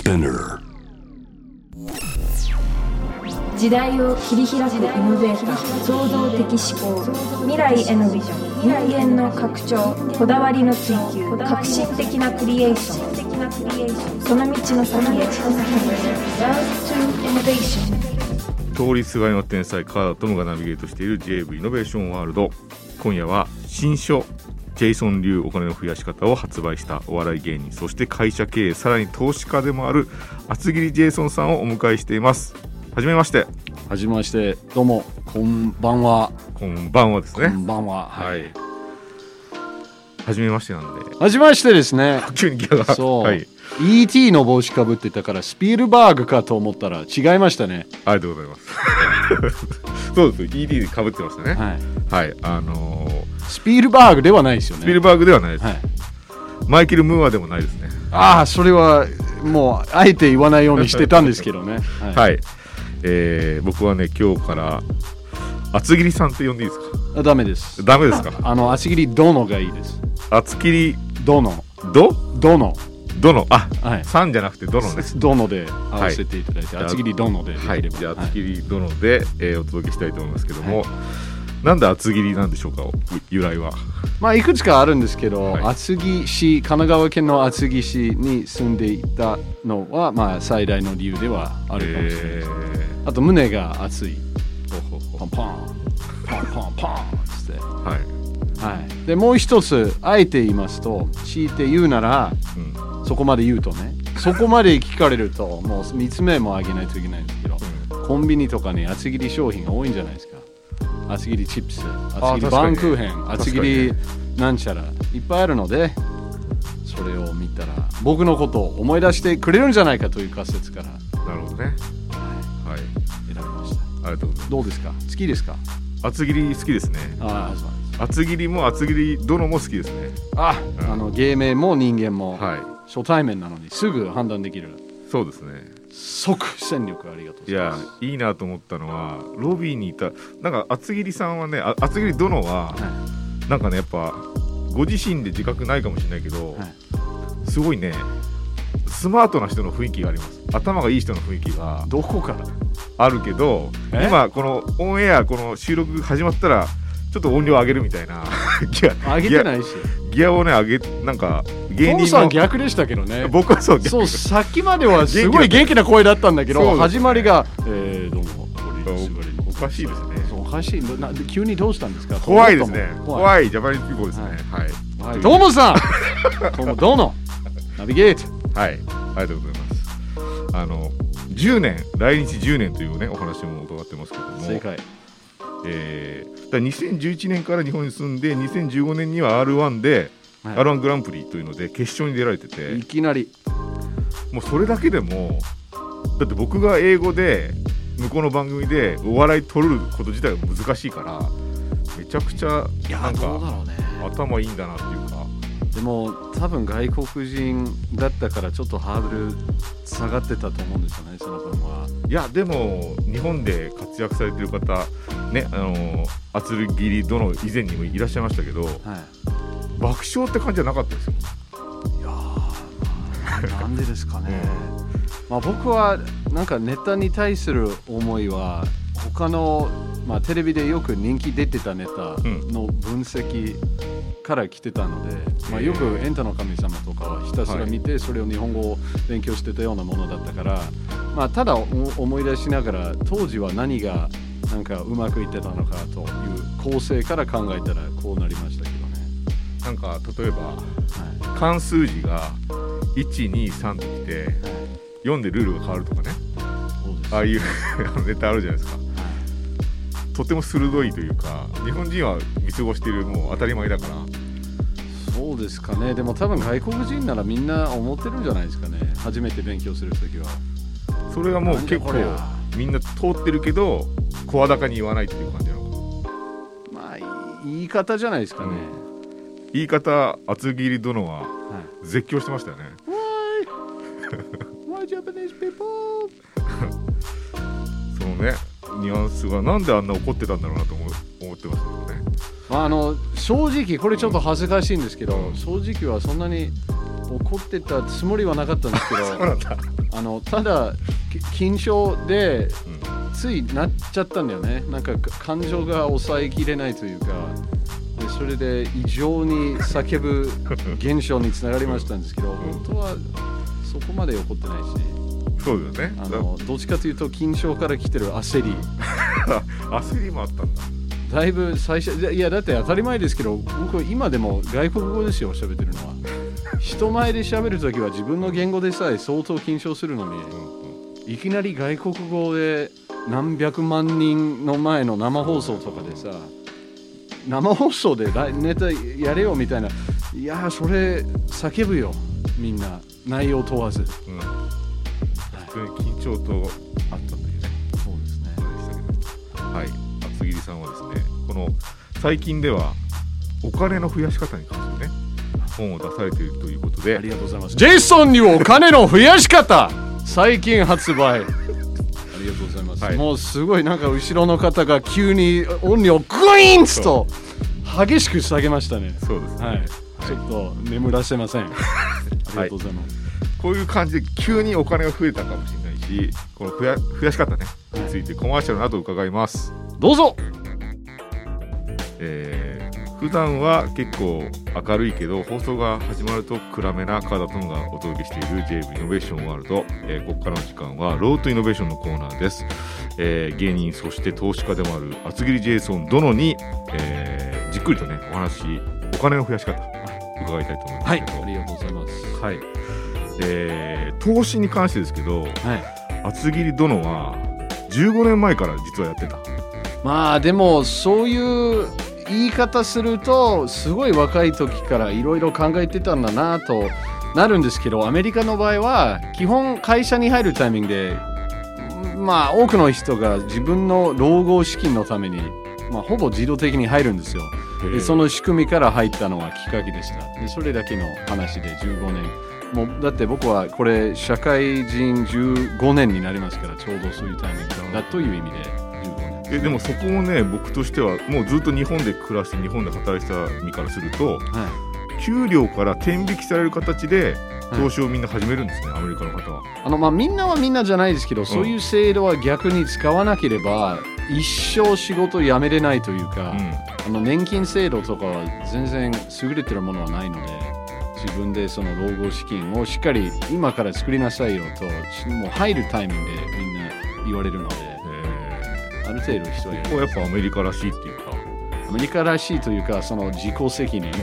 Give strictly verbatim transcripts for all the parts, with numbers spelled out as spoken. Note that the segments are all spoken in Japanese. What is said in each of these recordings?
Spinner。 時代を切り開くイノベーター、創造的思考、未来へのビジョン、人間の拡張、こだわりの追求、革新的なクリエーション、その道の先へ Love to Innovation。 通りすがりの天才川田智がナビゲートしている ジェイエーブイ イノベーションワールド。今夜は新書ジェイソン流お金の増やし方を発売したお笑い芸人、そして会社経営、さらに投資家でもある厚切りジェイソンさんをお迎えしています。はじめまして。 はじめまして。どうもこんばんは。 こんばんはですね。 こんばんは。 はい。はじめましてなんで。 はじめましてですね。 急にギャが。 そう。 はい。 イーティー の帽子かぶってたからスピルバーグかと思ったら違いましたね。 ありがとうございます。そうです。イーティー でかぶってましたね。 はい。 はい。あのー、 スピルバーグではないですよね。 スピルバーグではないです。 はい。 マイケル・ムーアでもないですね。 ああ、それはもうあえて言わないようにしてたんですけどね。 はい。はい、えー、僕はね今日から厚切りさんって呼んでいいですか？ あ、ダメです。 ダメですか？ あの厚切りどのがいいです。 厚切りどのどどのどのあ、 はい、 さんじゃなくてどのね。 どので合わせていただいて、はい、厚切りどのでできれば、はい、 じゃあ厚切りどので、えー、お届けしたいと思いますけども、はい、なんで厚切りなんでしょうか、由来は。 まあいくつかあるんですけど、 はい、 厚木市、神奈川県の厚木市に住んでいたのは、まあ、最大の理由ではあるかもしれないです、えー、あと胸が熱い。 ほほほポンポンポンポンポンって、 はいはい、でもう一つあえて言いますと、強いて言うなら、うん、そこまで言うとね、そこまで聞かれるともうみっつめもあげないといけないんですけど、うん、コンビニとかに厚切り商品が多いんじゃないですか。厚切りチップス、厚切りバンクーヘン、厚切りなんちゃらいっぱいあるので、それを見たら僕のことを思い出してくれるんじゃないかという仮説から。 なるほどね。はい、はい、 選びました。 ありがとうございます。 どうですか、好きですか？ 厚切り好きですね。 ああ、そうなんです。 厚切りも厚切りどのも好きですね。 あ、うん、あの芸名も人間も、 はい、 初対面なのにすぐ判断できる。 そうですね。 即戦力、ありがとうございます。 いや、いいなと思ったのはロビーにいたなんか厚切りさんはね、厚切り殿は、はい、なんかねやっぱご自身で自覚ないかもしれないけど、はい、すごいねスマートな人の雰囲気があります。頭がいい人の雰囲気がどこからあるけど、今このオンエアこの収録始まったらちょっと音量上げるみたいなギア上げてないしギアをね上げなんか芸人のトムさん逆でしたけどね。 僕はそう逆そう、さっきまではすごい元気な声だったんだけど、ね、始まりが、えー、どうもおかしいですね。 おかしいな。急にどうしたんですか？ 怖いですね。怖いジャパニーズピーポーですね。はい、 はい、トムさんトムどうのナビゲート。 はい、ありがとうございます。あのじゅうねん、来日じゅうねんというねお話も伺ってますけども、 正解。 えー、だにせんじゅういちねんから日本に住んでにせんじゅうごねんには アールワン で、はい、アールワン グランプリというので決勝に出られてて、 いきなりもうそれだけでもだって僕が英語で向こうの番組でお笑い取ること自体が難しいからめちゃくちゃなんか頭いいんだなっていうか。 でも多分外国人だったからちょっとハードル下がってたと思うんですよね、その分は。 いやでも日本で活躍されてる方ね、あの厚切り殿以前にもいらっしゃいましたけど、はい、爆笑って感じじゃなかったですよ。 いやー、なんでですかね。まあ、僕はなんかネタに対する思いは他の、まあ、テレビでよく人気出てたネタの分析から来てたので、うん、まあ、よくエンタの神様とかはひたすら見てそれを日本語を勉強してたようなものだったから、まあ、ただ思い出しながら当時は何がなんかうまくいってたのかという構成から考えたらこうなりましたけどね。 なんか例えば、はい、漢数字がいち、に、さんときて、はい、読んでルールが変わるとかね、ああいうネタあるじゃないですか、はい、とても鋭いというか日本人は見過ごしているもう当たり前だから。 そうですかね。でも多分外国人ならみんな思ってるんじゃないですかね、初めて勉強するときは。 それがもう結構みんな通ってるけど声高に言わないっていう感じなのか。 まあ言い方じゃないですかね、 うん、言い方厚切り殿は絶叫してましたよね、 はい、Why Japanese people そのねニュアンスがなんであんな怒ってたんだろうなと思思ってますけどね。 まあ、あの正直これちょっと恥ずかしいんですけど、うん、正直はそんなに怒ってたつもりはなかったんですけどそうなんだ。 あのただ緊張でうんついなっちゃったんだよね。なんか感情が抑えきれないというか、でそれで異常に叫ぶ現象につながりましたんですけど、本当はそこまで怒ってないし、 そうだよね。 あのどっちかというと緊張から来てる焦り焦りもあったんだ。 だいぶ最初、いやだって当たり前ですけど、僕今でも外国語ですよ喋ってるのは。人前で喋るときは自分の言語でさえ相当緊張するのに、いきなり外国語で何百万人の前の生放送とかでさ、生放送でネタやれよみたいな、いやそれ叫ぶよみんな、内容問わず。 うん、普通に緊張とあったんだけどね。 そうですね。 はい、厚切りさんはですね、この最近ではお金の増やし方に関するね本を出されているということで、 ありがとうございます。ジェイソンにお金の増やし方最近発売。ありがとうございます、はい、もうすごいなんか後ろの方が急に音量グイーンと激しく下げましたね。 そうですね、 はい、ちょっと眠らせません。ありがとうございます、 はい、こういう感じで急にお金が増えたかもしれないし、この増や、増やし方ねについてコマーシャルの後伺います。 どうぞ。 えー、普段は結構明るいけど放送が始まると暗めな川田友がお届けしている ジェイブイ イノベーションワールド、えー、ここからの時間はロートイノベーションのコーナーです。えー、芸人そして投資家でもある厚切りジェイソン殿に、えー、じっくりとねお話、お金の増やし方伺いたいと思いますけど。 はい、ありがとうございます。 はい、えー、投資に関してですけど、はい、厚切り殿はじゅうごねんまえから実はやってた。 まあでもそういう言い方するとすごい若い時からいろいろ考えてたんだなとなるんですけど、アメリカの場合は基本会社に入るタイミングで、まあ多くの人が自分の老後資金のために、まあ、ほぼ自動的に入るんですよ。でその仕組みから入ったのはきっかけでした。でそれだけの話でじゅうごねん、もうだって僕はこれ社会人じゅうごねんになりますから、ちょうどそういうタイミングだという意味でじゅうごねん。 えでもそこもね、僕としてはもうずっと日本で暮らして日本で働いてた身からすると、はい、給料から転引きされる形で投資をみんな始めるんですね、はい、アメリカの方は。 あの、まあ、みんなはみんなじゃないですけど、うん、そういう制度は逆に使わなければ一生仕事を辞めれないというか、うん、あの年金制度とかは全然優れてるものはないので、自分でその老後資金をしっかり今から作りなさいよと、もう入るタイミングでみんな言われるので、ある程度人はやる。 ここはやっぱアメリカらしいっていうか、 アメリカらしいというか、その自己責任、うん、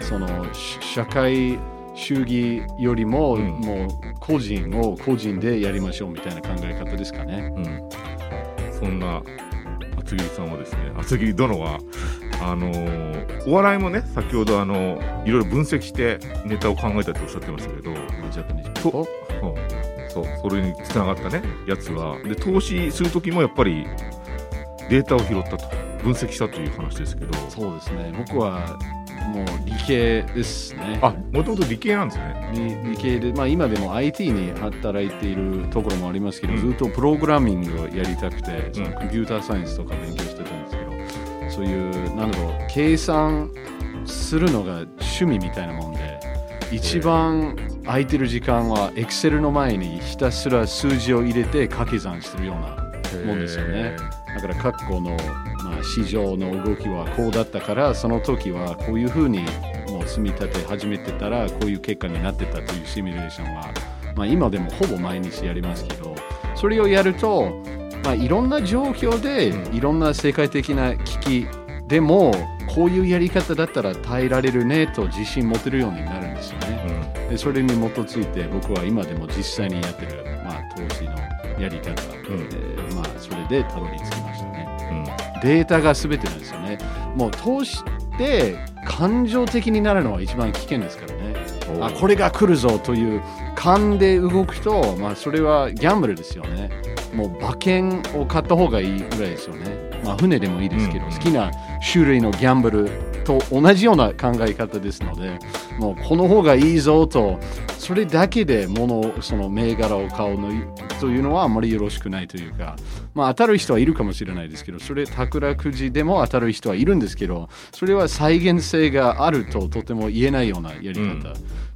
その社会主義よりも、うん、もう個人を個人でやりましょうみたいな考え方ですかね。 うん、そんな厚切りさんはですね、厚切り殿はあのー、お笑いもね、先ほどあのいろいろ分析してネタを考えたっておっしゃってましたけど、 ジャパニーズと、うん、そう、それにつながったねやつはで、投資する時もやっぱりデータを拾ったと、分析したという話ですけど。 そうですね、僕はもう理系ですね。 あ、もともと理系なんですね。 理系で、まあ、今でも アイティー に働いているところもありますけど、うん、ずっとプログラミングをやりたくて、そのコンピューターサイエンスとか勉強してたんですけど、うん、そういうなんだろう、計算するのが趣味みたいなもんで、一番空いてる時間は Excel の前にひたすら数字を入れて掛け算してるようなもんですよね。だから過去の、まあ、市場の動きはこうだったから、その時はこういうふうにもう積み立て始めてたらこういう結果になってたというシミュレーションは、まあ、今でもほぼ毎日やりますけど、それをやると、まあ、いろんな状況でいろんな世界的な危機でもこういうやり方だったら耐えられるねと自信持てるようになるんですよね。うん、でそれに基づいて僕は今でも実際にやってる、まあ、投資のやり方、うんえーまあ、それでたどり着きましたね。うん、データが全てなんですよね。もう投資って感情的になるのは一番危険ですからね。あ、これが来るぞという勘で動くと、まあ、それはギャンブルですよね。もう馬券を買った方がいいぐらいですよね。まあ、船でもいいですけど、うん、好きな種類のギャンブルと同じような考え方ですので、もうこの方がいいぞと、それだけで物その銘柄を買うのというのはあまりよろしくないというか、まあ、当たる人はいるかもしれないですけど、それ宝くじでも当たる人はいるんですけど、それは再現性があるととても言えないようなやり方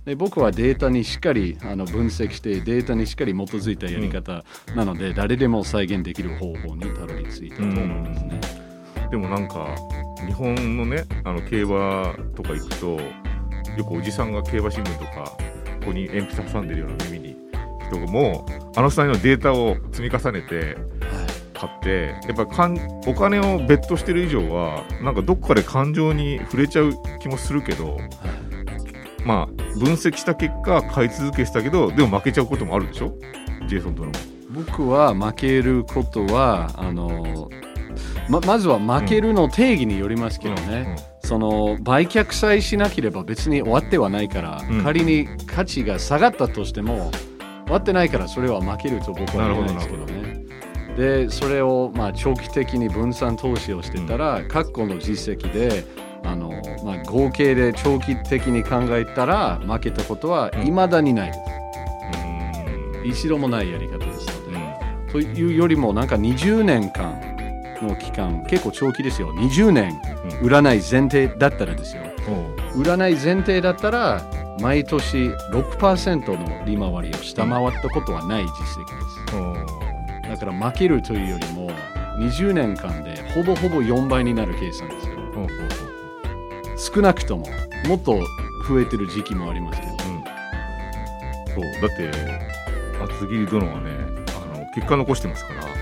で僕はデータにしっかりあの分析してデータにしっかり基づいたやり方なので、うん、誰でも再現できる方法にたどり着いたと思うんですね、 うん、でもなんか日本のねあの競馬とか行くとよくおじさんが競馬新聞とかここに鉛筆挟んでるような耳に人もあの際のデータを積み重ねて買ってやっぱかんお金をベットしてる以上はなんかどっかで感情に触れちゃう気もするけど、はい、まあ分析した結果買い続けしたけどでも負けちゃうこともあるでしょジェイソンとの。 僕は負けることはあの ま, まずは負けるの定義によりますけどね、うんうんうん、その売却さえしなければ別に終わってはないから、うん、仮に価値が下がったとしても終わってないからそれは負けると僕は言えないですけどね。でそれをまあ長期的に分散投資をしてたら、うん、過去の実績であの、まあ、合計で長期的に考えたら負けたことは未だにないです、うん、一度もないやり方ですので、うん、というよりもなんかにじゅうねんかんの期間結構長期ですよ。にじゅうねん売らない前提だったらですよ、うん、売らない前提だったら毎年 ろくパーセント の利回りを下回ったことはない実績です、うん、だから負けるというよりもにじゅうねんかんでほぼほぼよんばいになる計算ですよ、うん、少なくとももっと増えてる時期もありますけど、うん、 そうだって厚切り殿はねあの結果残してますから、はい、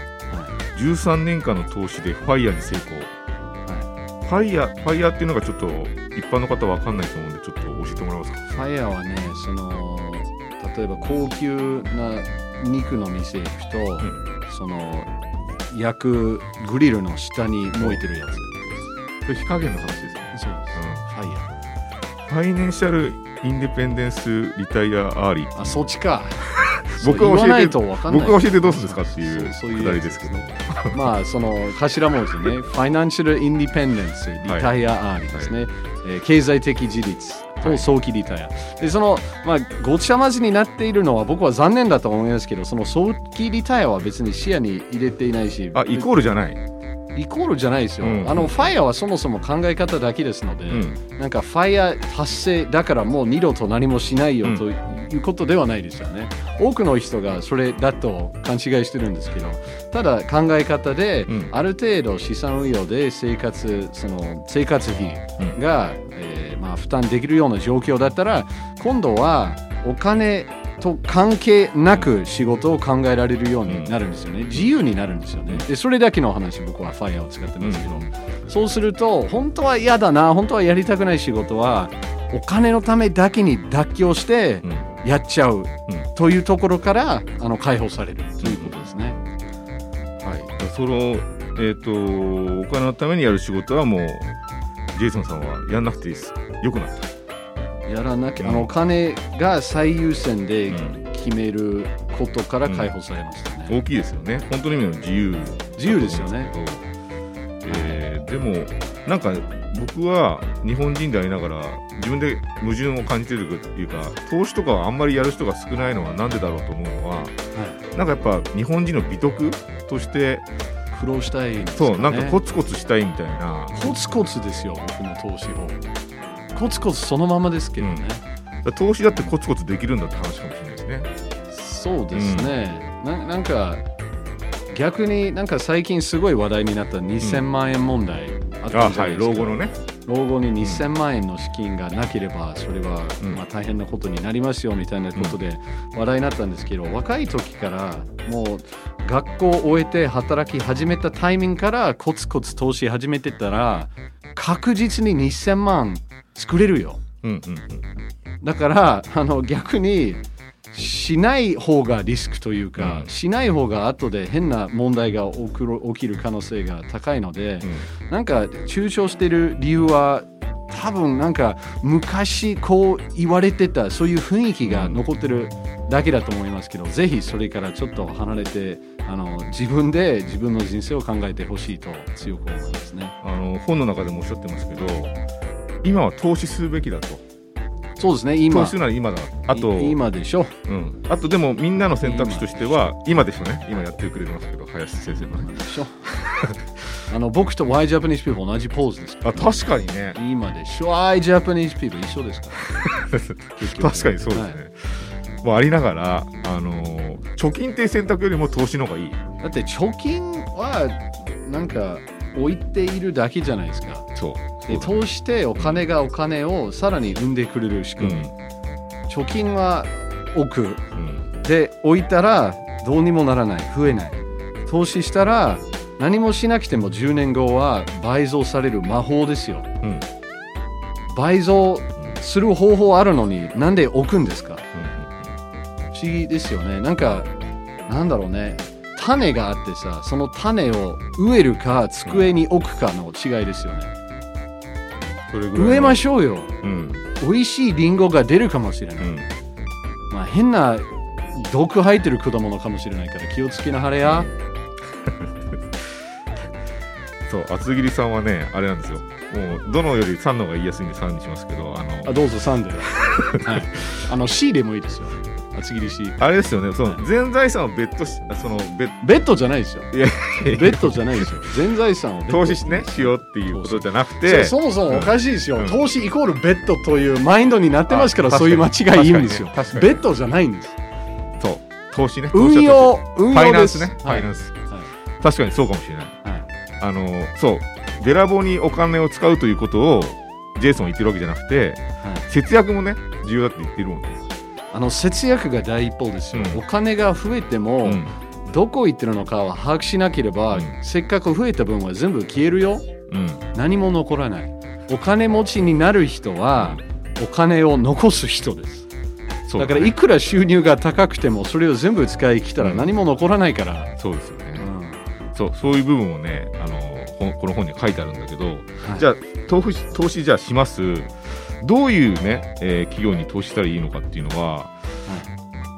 じゅうさんねんかんの投資でファイヤーに成功、はい、ファイヤーファイヤーっていうのがちょっと一般の方は分かんないと思うんでちょっと教えてもらえますか。 ファイヤーはねその例えば高級な肉の店行くと、うん、その焼くグリルの下に燃えてるやつ、 これ火加減の話ですね。 そうです、うん、ファイヤーファイナンシャルインディペンデンスリタイアアーリー。 あ、そっちか僕は教えて僕は教えてどうするんですかっていうくだりですけど、 まあその頭文字ねファイナンシャルインディペンデンスリタイアアーリーですね、はいえー、経済的自立と早期リタイア、はい、でそのまあごちゃ混ぜになっているのは僕は残念だと思いますけど、その早期リタイアは別に視野に入れていないし、 あイコールじゃないイコールじゃないですよ、うん、あのファイヤーはそもそも考え方だけですので、うん、なんかファイヤー達成だからもう二度と何もしないよということではないですよね、うん、多くの人がそれだと勘違いしてるんですけど、ただ考え方で、うん、ある程度資産運用で生活その生活費が、うんえーまあ、負担できるような状況だったら今度はお金と関係なく仕事を考えられるようになるんですよね、うん、自由になるんですよね。でそれだけの話僕はファイヤーを使ってますけど、うん、そうすると本当は嫌だな本当はやりたくない仕事はお金のためだけに妥協してやっちゃう、うん、というところからあの解放されるということですね、 うん、はい、その、えーと、お金のためにやる仕事はもうジェイソンさんはやんなくていいです良くなったやらなきゃ、うん、あのお金が最優先で決めることから解放されましたね、 うん、大きいですよね本当の意味の自由自由ですよね、 えー、でもなんか僕は日本人でありながら自分で矛盾を感じているというか投資とかはあんまりやる人が少ないのはなんでだろうと思うのは、はい、なんかやっぱ日本人の美徳として苦労したいんですかね。 そうなんかコツコツしたいみたいなコツコツですよ僕の投資法コツコツそのままですけどね、 うん、投資だってコツコツできるんだって話かもしれないですね。 そうですね、うん、な, なんか逆になんか最近すごい話題になったにせんまんえん問題あったじゃないですか、うん、あ、はい、 老後のね老後ににせんまんえんの資金がなければそれはまあ大変なことになりますよみたいなことで話題になったんですけど、若い時からもう学校を終えて働き始めたタイミングからコツコツ投資始めてたら確実ににせんまん作れるよ、うんうんうん、だからあの逆にしない方がリスクというか、うん、しない方が後で変な問題が起きる可能性が高いので、うん、なんか抽象してる理由は多分なんか昔こう言われてたそういう雰囲気が残ってるだけだと思いますけど、うん、ぜひそれからちょっと離れてあの自分で自分の人生を考えてほしいと強く思いますね。 あの本の中でもおっしゃってますけど今は投資するべきだと。 そうですね、今投資するなら今だ。あと今でしょ、 うん、あとでもみんなの選択肢としては今でしょね。今やってくれてますけど林先生のねでしょあの僕と Why Japanese People 同じポーズですか、 あ、確かにね。 今で Why Japanese People 一緒ですか確かにそうですね、はい、もうありながら、あのー、貯金っていう選択よりも投資の方がいい。 だって貯金はなんか置いているだけじゃないですか。 そうで投資してお金がお金をさらに生んでくれる仕組み、うん、貯金は置く、うん、で置いたらどうにもならない、増えない。投資したら何もしなくてもじゅうねんごは倍増される魔法ですよ、うん、倍増する方法あるのになんで置くんですか、うん、不思議ですよね。なんかなんだろうね、種があってさ、その種を植えるか机に置くかの違いですよね。それぐらい植えましょうよ、うん、美味しいリンゴが出るかもしれない、うん、まあ変な毒入ってる果物かもしれないから気をつけなはれやそう厚切りさんはねあれなんですよ、もうどのよりさんの方が言いやすいんでさんにしますけど、あのあどうぞさんで、はい、あの C でもいいですよ。厚切り C あれですよね、その全財産をベッドしそのベッベッドじゃないですよ。いやベッドじゃないですよ。全財産を投資しねしようっていうことじゃなくて、 そもそもおかしいですよ、うん、投資イコールベッドというマインドになってますから、そういう間違いいいんですよ、ね、ベッドじゃないんです。 そう投資ね、 運用運用です。 ファイナンスね、ファイナンス、はい、確かにそうかもしれない、はい、あのそうべらぼうにお金を使うということをジェイソンは言ってるわけじゃなくて、はい、節約もね重要だって言ってるもんね。 あの節約が第一歩ですよ、うん、お金が増えても、うん、どこ行ってるのかは把握しなければ、うん、せっかく増えた分は全部消えるよ、うん、何も残らない。お金持ちになる人は、うん、お金を残す人です。そうだね、だからいくら収入が高くてもそれを全部使い切ったら何も残らないから、 うん、そうですよね、うん、そう、そういう部分をねあのこの本に書いてあるんだけど、はい、じゃあ投資、投資じゃあします、どういうね、えー、企業に投資したらいいのかっていうのは、はい、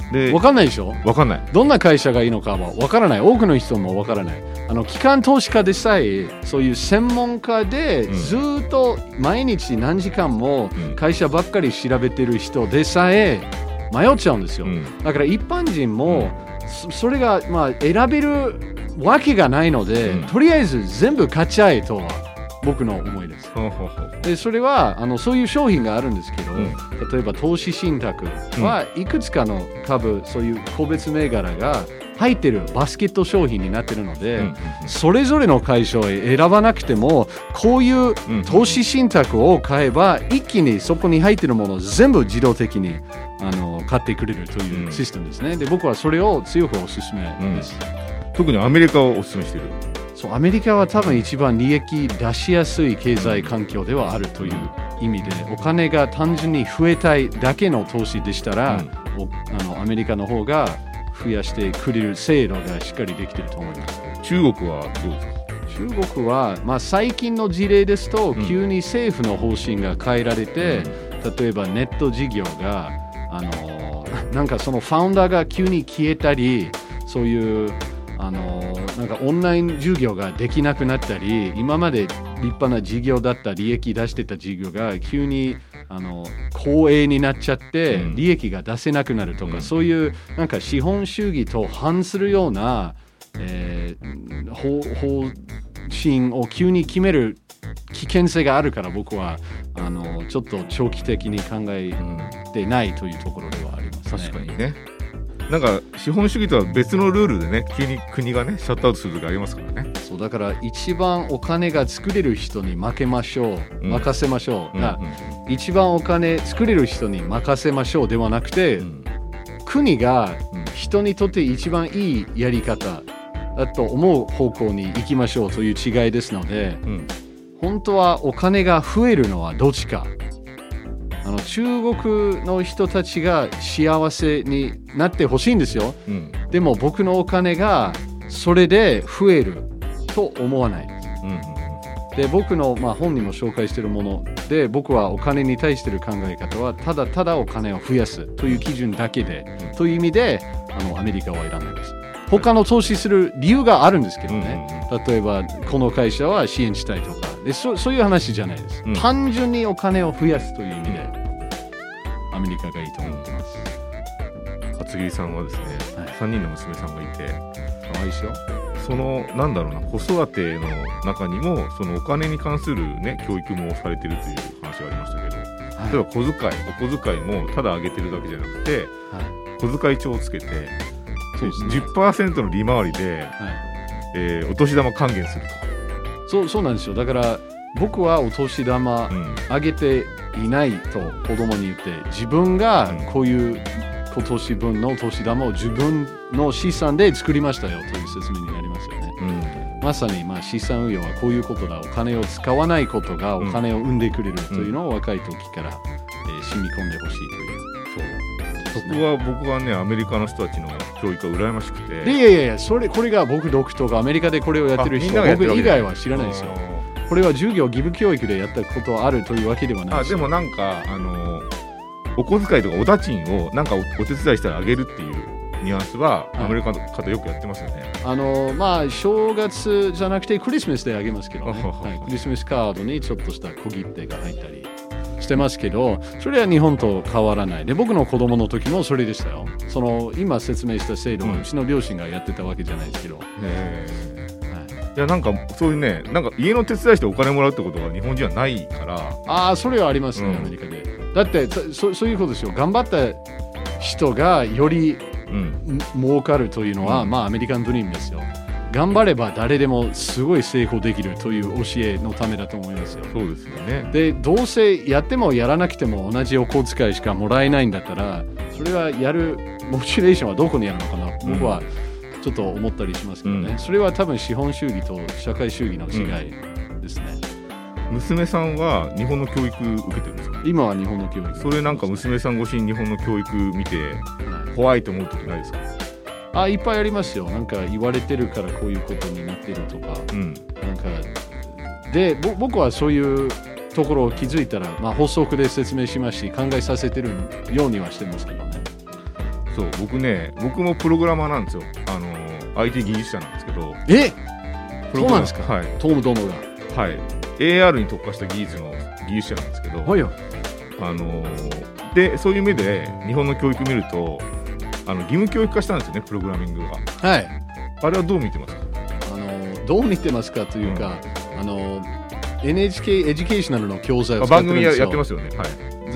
で分かんないでしょ。 分かんない。 どんな会社がいいのかは分からない。多くの人も分からない。あの機関投資家でさえそういう専門家でずっと毎日何時間も会社ばっかり調べてる人でさえ迷っちゃうんですよ、うん、だから一般人もそれがまあ選べるわけがないので、うん、とりあえず全部買っちゃえとは僕の思いです。でそれはあのそういう商品があるんですけど、うん、例えば投資信託はいくつかの株、そういう個別銘柄が入ってるバスケット商品になってるので、うんうんうん、それぞれの会社を選ばなくてもこういう投資信託を買えば一気にそこに入ってるものを全部自動的にあの買ってくれるというシステムですね、うん、で僕はそれを強くお勧めです、 うん、特にアメリカをお勧めしている。 そうアメリカは多分一番利益出しやすい経済環境ではあるという意味で、お金が単純に増えたいだけの投資でしたら、うん、あのアメリカの方が増やしてくれる制度がしっかりできていると思います。 中国はどうですか？ 中国は、まあ、最近の事例ですと、うん、急に政府の方針が変えられて、うん、例えばネット事業があのなんかそのファウンダーが急に消えたり、そういうあのなんかオンライン授業ができなくなったり、今まで立派な事業だった利益出してた事業が急にあの公営になっちゃって利益が出せなくなるとか、うん、そういうなんか資本主義と反するような、えー、方, 方針を急に決める危険性があるから、僕はあのちょっと長期的に考えてないというところではありますね。 確かにね。なんか資本主義とは別のルールでね、急に国がねシャットアウトする時ありますからね。 そうだから一番お金が作れる人に負けましょう、うん、任せましょう、うんうんうん、一番お金作れる人に任せましょうではなくて、うん、国が人にとって一番いいやり方だと思う方向に行きましょうという違いですので、うん、本当はお金が増えるのはどっちか。あの中国の人たちが幸せになってほしいんですよ、うん、でも僕のお金がそれで増えると思わないです、うんうん、で僕の、まあ、本にも紹介しているもので、僕はお金に対している考え方はただただお金を増やすという基準だけで、うん、という意味であのアメリカを選んだんです。他の投資する理由があるんですけどね、うんうん、例えばこの会社は支援したいとかで そ, そういう話じゃないです、うん、単純にお金を増やすという意味でアメリカがいいと思ってます、 うん、厚切りさんはですね、はい、さんにんの娘さんがいて、 可愛いでしょ。 そのなんだろうな子育ての中にもそのお金に関するね教育もされてるという話がありましたけど、はい、例えば小遣いお小遣いもただ上げてるだけじゃなくて、はい、小遣い帳をつけて、そうですね、じゅっパーセント の利回りで、はいえー、お年玉還元すると。 そうそうなんですよ。だから僕はお年玉上げていないと子供に言って、自分がこういう今年分のお年玉を自分の資産で作りましたよという説明になりますよね、うん、まさにまあ資産運用はこういうことだ。お金を使わないことがお金を生んでくれるというのを若い時から、うんえー、染み込んでほしいという。 そう僕は僕はねアメリカの人たちの教育が羨ましくて、 いやいやいやそれこれが僕独特がアメリカでこれをやってる人は僕以外は知らないですよ。これは授業義務教育でやったことあるというわけではないですよ。 あでもなんかあのお小遣いとかお駄賃をなんか お, お手伝いしたらあげるっていうニュアンスはアメリカの方よくやってますよね、 はい、あのまあ正月じゃなくてクリスマスであげますけど、ねはい、クリスマスカードにちょっとした小切手が入ったりしてますけど、それは日本と変わらないで、僕の子供の時もそれでしたよ。その今説明した制度はうちの両親がやってたわけじゃないですけど、うんへいやなんかそういうねなんか家の手伝いしてお金もらうってことが日本人はないから。 ああそれはありますね、うん、アメリカで。だってそそういうことですよ。頑張った人がより、うん、儲かるというのは、うん、まあアメリカンドリームですよ。頑張れば誰でもすごい成功できるという教えのためだと思いますよ。 そうですよね。 でどうせやってもやらなくても同じお小遣いしかもらえないんだったら、それはやるモチベーションはどこにあるのかな、うん、僕はちょっと思ったりしますけどね、うん、それは多分資本主義と社会主義の違いですね、 うん、娘さんは日本の教育受けてるんですか？ 今は日本の教育。 それなんか娘さん越しに日本の教育見て怖いと思う時ないですか？ あいっぱいありますよ。なんか言われてるからこういうことになってるとか、うん、なんかで僕はそういうところを気づいたら、まあ、法則で説明しますし考えさせてるようにはしてますけどね。 そう僕ね僕もプログラマーなんですよ。あの アイティー 技術者なんですけど。 えそうなんですか？ はい。 トム・ドノがはい エーアール に特化した技術の技術者なんですけど、 はいよ。 あのでそういう目で日本の教育見るとあの義務教育化したんですよね、プログラミングが。 はい。 あれはどう見てますか？ あのどう見てますかというか、うん、あの エヌエイチケー エデュケーショナルの教材を使ってるんですよ。 番組やってますよね。はい。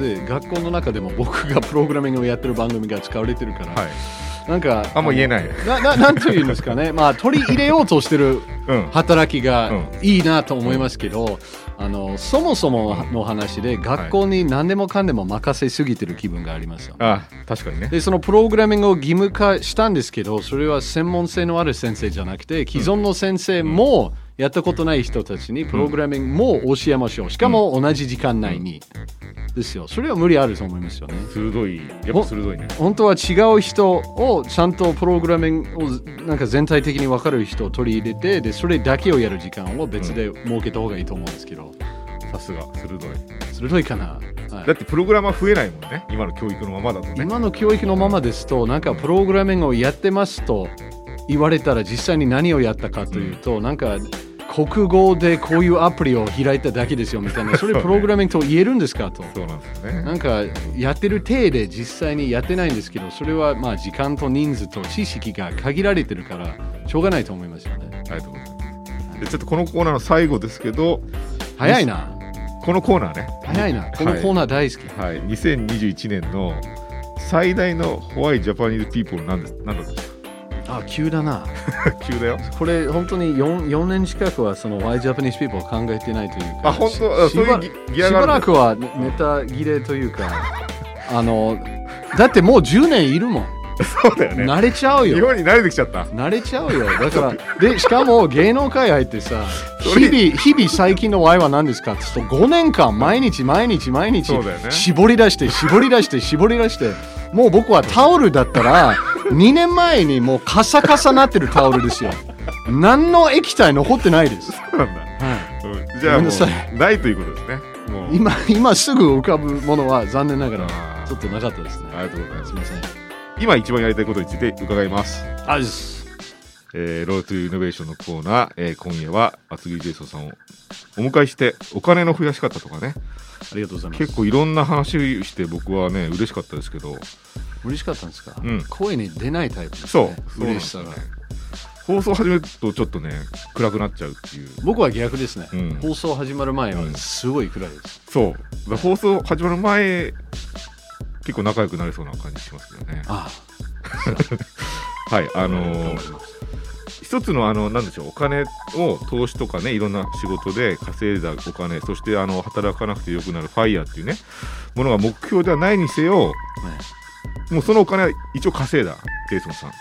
で学校の中でも僕がプログラミングをやってる番組が使われてるから、はい、なんかあんま言えないなななんというんですかね、まあ取り入れようとしてる働きがいいなと思いますけど、うんうん、あのそもそもの話で学校に何でもかんでも任せすぎてる気分がありますよ、ね。 あ確かにね。 でそのプログラミングを義務化したんですけど、それは専門性のある先生じゃなくて既存の先生もやったことない人たちにプログラミングも教えましょう。しかも同じ時間内に。ですよ。それは無理あると思いますよね。 鋭い、やっぱ鋭いね。 本当は違う人をちゃんとプログラミングをなんか全体的に分かる人を取り入れて、でそれだけをやる時間を別で設けた方がいいと思うんですけど。 さすが鋭い。 鋭いかな、 はい。だってプログラマー増えないもんね。今の教育のままだとね。 今の教育のままですと、なんかプログラミングをやってますと言われたら実際に何をやったかというと、うん、なんか国語でこういうアプリを開いただけですよみたいな、それプログラミングと言えるんですかと。 そうなんですね。 なんかやってる体で実際にやってないんですけど、それはまあ時間と人数と知識が限られてるからしょうがないと思いますよね。 ありがとうございます。でちょっとこのコーナーの最後ですけど、 早いな。 このコーナーね。 早いな。このコーナー大好き。 はい。はい、にせんにじゅういちねんの最大のホワイトジャパニーズピーポーなんですなんだったんですか。 あ、急だな。 急だよ。 これ本当に 4, よねん近くはその Why Japanese People を考えてないというか。 あ、本当。そういうギアがある。 しばらくはネタ切れというか、あのだってもうじゅうねんいるもん。 そうだよね。 慣れちゃうよ。 日本に慣れてきちゃった。 慣れちゃうよ。だからでしかも芸能界入ってさ、日々日々最近の Why は何ですかって言うとごねんかん毎日毎日毎日絞り出して絞り出して絞り出して、もう僕はタオルだったらにねんまえにもうカサカサなってるタオルですよ。何の液体残ってないです。 そうなんだ。はい。うん、じゃあもうないということですね。もう今, 今すぐ浮かぶものは残念ながらちょっとなかったですね。 ありがとうございます。 すみません。 今一番やりたいことについて伺います。 あです。 えー、ロートゥイノベーションのコーナー、えー、今夜は厚木ジェイソンさんをお迎えしてお金の増やし方とかね。 ありがとうございます。 結構いろんな話して僕はね嬉しかったですけど。 嬉しかったんですか。 うん、 声に出ないタイプですね。 そう。 嬉しさが。 放送始めるとちょっとね暗くなっちゃうっていう。 僕は逆ですね、うん、放送始まる前はすごい暗いです、 うん、そうだ放送始まる前結構仲良くなれそうな感じしますけどね。 ああはいあのー、一つのあのなんでしょうお金を投資とかねいろんな仕事で稼いだお金そしてあの働かなくてよくなるファイヤーっていうねものが目標ではないにせよ、はい、もうそのお金は一応稼いだジェイソンさん、はい、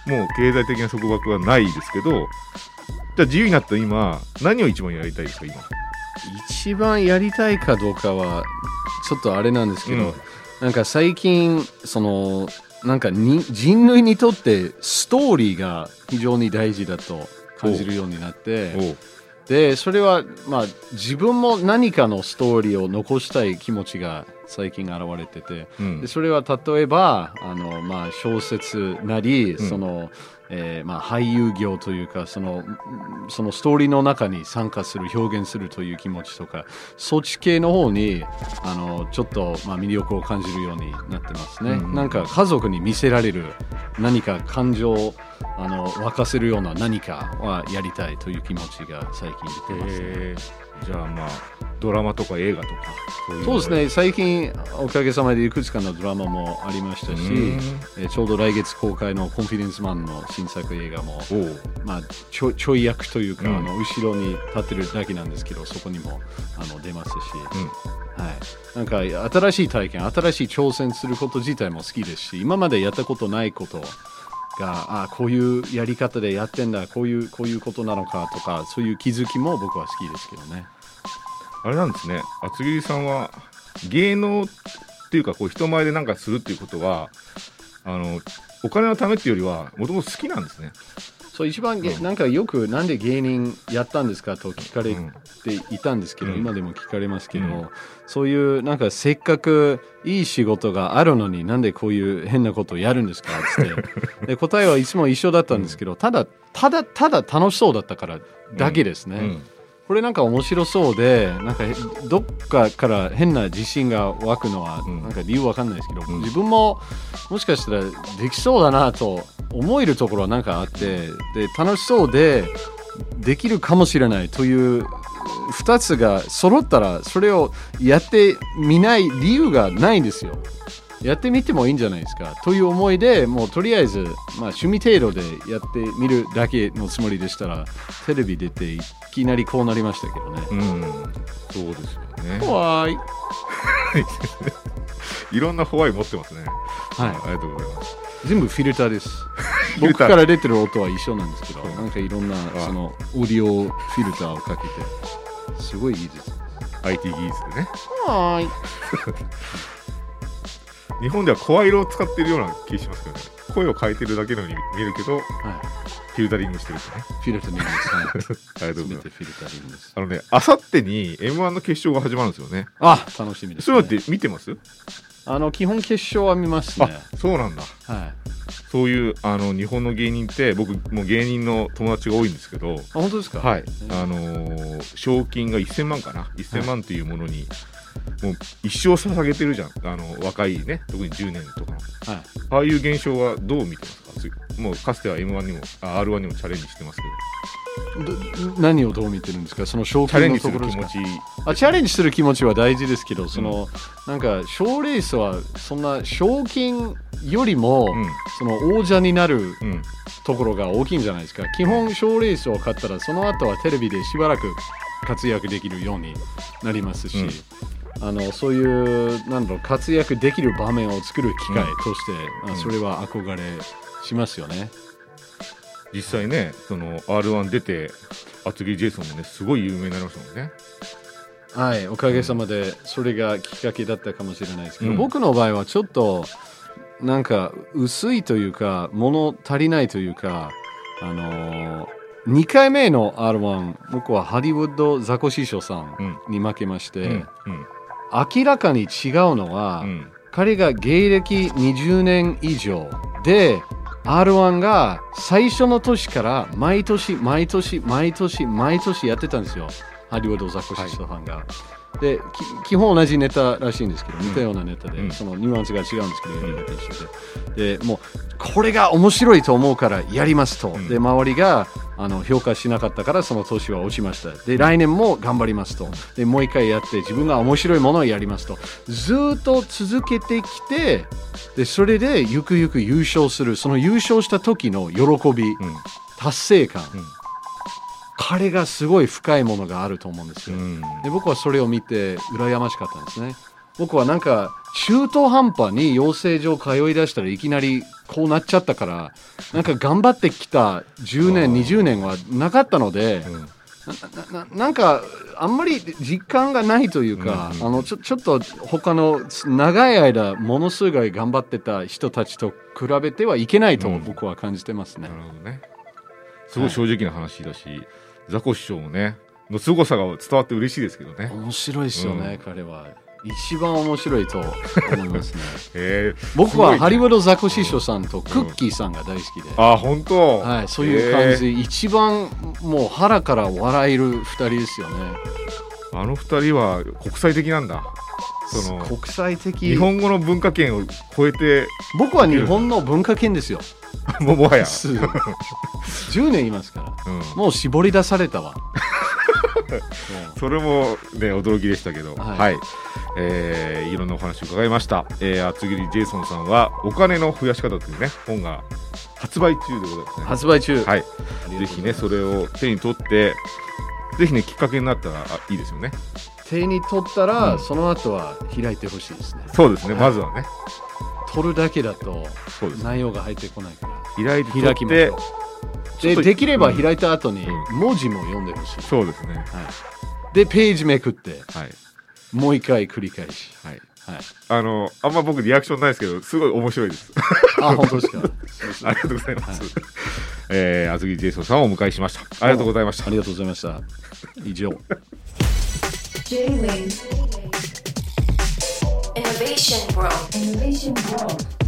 もう経済的な束縛はないですけどじゃあ自由になった今何を一番やりたいですか今。 一番やりたいかどうかはちょっとあれなんですけど、うん、なんか最近そのなんかに人類にとってストーリーが非常に大事だと感じるようになってでそれはまあ自分も何かのストーリーを残したい気持ちが最近現れてて、うん、でそれは例えばあの、まあ、小説なり、うんそのえーまあ、俳優業というかその、そのストーリーの中に参加する表現するという気持ちとかそっち系の方にあのちょっと、まあ、魅力を感じるようになってますね、うん、なんか家族に見せられる何か感情をあの沸かせるような何かはやりたいという気持ちが最近出てますね、えーじゃあまあドラマとか映画とかそういう、そうですね最近おかげさまでいくつかのドラマもありましたし、えー、ちょうど来月公開のコンフィデンスマンの新作映画も、まあ、ちょ、ちょい役というか、うん、あの後ろに立ってるだけなんですけどそこにもあの出ますし、うんはい、なんか新しい体験新しい挑戦すること自体も好きですし今までやったことないことがあこういうやり方でやってんだこういうこういうことなのかとかそういう気づきも僕は好きですけどね。 あれなんですね厚切りさんは芸能っていうかこう人前で何かするっていうことはあのお金のためっていうよりはもともと好きなんですね。 そう一番、うん、なんかよくなんで芸人やったんですかと聞かれていたんですけど、うん、今でも聞かれますけど、うん、そういうなんかせっかくいい仕事があるのになんでこういう変なことをやるんですかってで答えはいつも一緒だったんですけど、うん、ただただただ楽しそうだったからだけですね、うんうんこれなんか面白そうでなんかどっかから変な自信が湧くのはなんか理由わかんないですけど、うん、自分ももしかしたらできそうだなと思えるところはなんかあってで楽しそうでできるかもしれないというふたつが揃ったらそれをやってみない理由がないんですよ。やってみてもいいんじゃないですかという思いでもうとりあえず、まあ、趣味程度でやってみるだけのつもりでしたらテレビ出ていきなりこうなりましたけどね。 うんそうですよね。 怖いいろんなホワイ持ってますね。 はい、 ありがとうございます。 全部フィルターです僕から出てる音は一緒なんですけどなんかいろんなそのオーディオフィルターをかけてすごいいいです。 アイティー 技術でね。 はーい日本では声色を使ってるような気がしますけどね。声を変えてるだけのように見えるけど、はい、フィルタリングしてるってね。 フィルタリングです、はい、 ありがとうございます。 全てフィルタリングです。 あのね、あさってに エムワン の決勝が始まるんですよね。 あ、楽しみです、ね。 そうやって見てます？ あの基本決勝は見ますね。 あ、そうなんだ。 はい。 そういうあの日本の芸人って僕もう芸人の友達が多いんですけど。あ、 本当ですか？ はい。あのー、賞金がせんまんかな。せんまんっていうものに。はいもう一生捧げてるじゃんあの若いね特にじゅうねんとかの、はい、ああいう現象はどう見てますか？もうかつては エムワン にも アールワン にもチャレンジしてますけど何をどう見てるんですか？その賞金のところですか？チャレンジする気持ちあチャレンジする気持ちは大事ですけどその、うん、なんか賞レースはそんな賞金よりも、うん、その王者になる、うん、ところが大きいんじゃないですか。基本賞レースを勝ったらその後はテレビでしばらく活躍できるようになりますし、うんあのそういうなんだろう活躍できる場面を作る機会として、うんまあ、それは憧れしますよね。 実際ねその アールワン 出て厚切りジェイソンもねすごい有名になりましたもんね。 はいおかげさまでそれがきっかけだったかもしれないですけど、うん、僕の場合はちょっとなんか薄いというか物足りないというかあのーにかいめの アールワン 僕はハリウッドザコシショウさんに負けまして、うんうんうん明らかに違うのは、うん、彼が芸歴にじゅうねん以上で アールワン が最初の年から毎年毎年毎年毎年やってたんですよハリウッドザコシショウさんが、はい、 で基本同じネタらしいんですけど、似たようなネタで、 うん、 そのニュアンスが違うんですけど、やり方一緒で、でもうこれが面白いと思うからやりますと、うん、で周りがあの評価しなかったからその投資は落ちました。で来年も頑張りますと、でもう一回やって自分が面白いものをやりますと、ずっと続けてきて、でそれでゆくゆく優勝する、その優勝した時の喜び、うん、達成感、うん、彼がすごい深いものがあると思うんですよ、うん、で僕はそれを見て羨ましかったんですね。僕はなんか中途半端に養成所通い出したらいきなりこうなっちゃったから、なんか頑張ってきたじゅうねんにじゅうねんはなかったので、うん、な, な, な, なんかあんまり実感がないというか、うんうん、あの ち, ょちょっと他の長い間ものすごい頑張ってた人たちと比べてはいけないと僕は感じてますね、 うん、なるほどね。すごい正直な話だし、はい、ザコ師匠もねの凄さが伝わって嬉しいですけどね。 面白いですよね、うん、彼は一番面白いと思いますねえー、 僕はハリウッドザコ師匠さんとクッキーさんが大好きで、 うん、あ本当、 はい、そういう感じ、えー、一番もう腹から笑えるふたりですよね。 あのふたりは国際的なんだ。その国際的、 日本語の文化圏を超えて、 僕は日本の文化圏ですよも, もはやじゅうねんいますから、うん、もう絞り出されたわそれもね驚きでしたけど、はい、はい、えー、いろんなお話を伺いました。えー、厚切りジェイソンさんはお金の増やし方というね本が発売中でございますね。 発売中、 はい、ぜひねそれを手に取ってぜひねきっかけになったらいいですよね。 手に取ったら、うん、その後は開いてほしいですね。 そうですね、はい、まずはね取るだけだと内容が入ってこないから開いて取って開きましょう。で, できれば開いた後に文字も読んでほしい、うん、 そうですね、はい、 でページめくって、 はい、 もう一回繰り返し、 はいはい、あのあんま僕リアクションないですけどすごい面白いですあ本当ですかありがとうございます、はい、えー、厚木ジェイソンさんをお迎えしました。ありがとうございました。 ありがとうございました。以上 J-Wave Innovation World Innovation World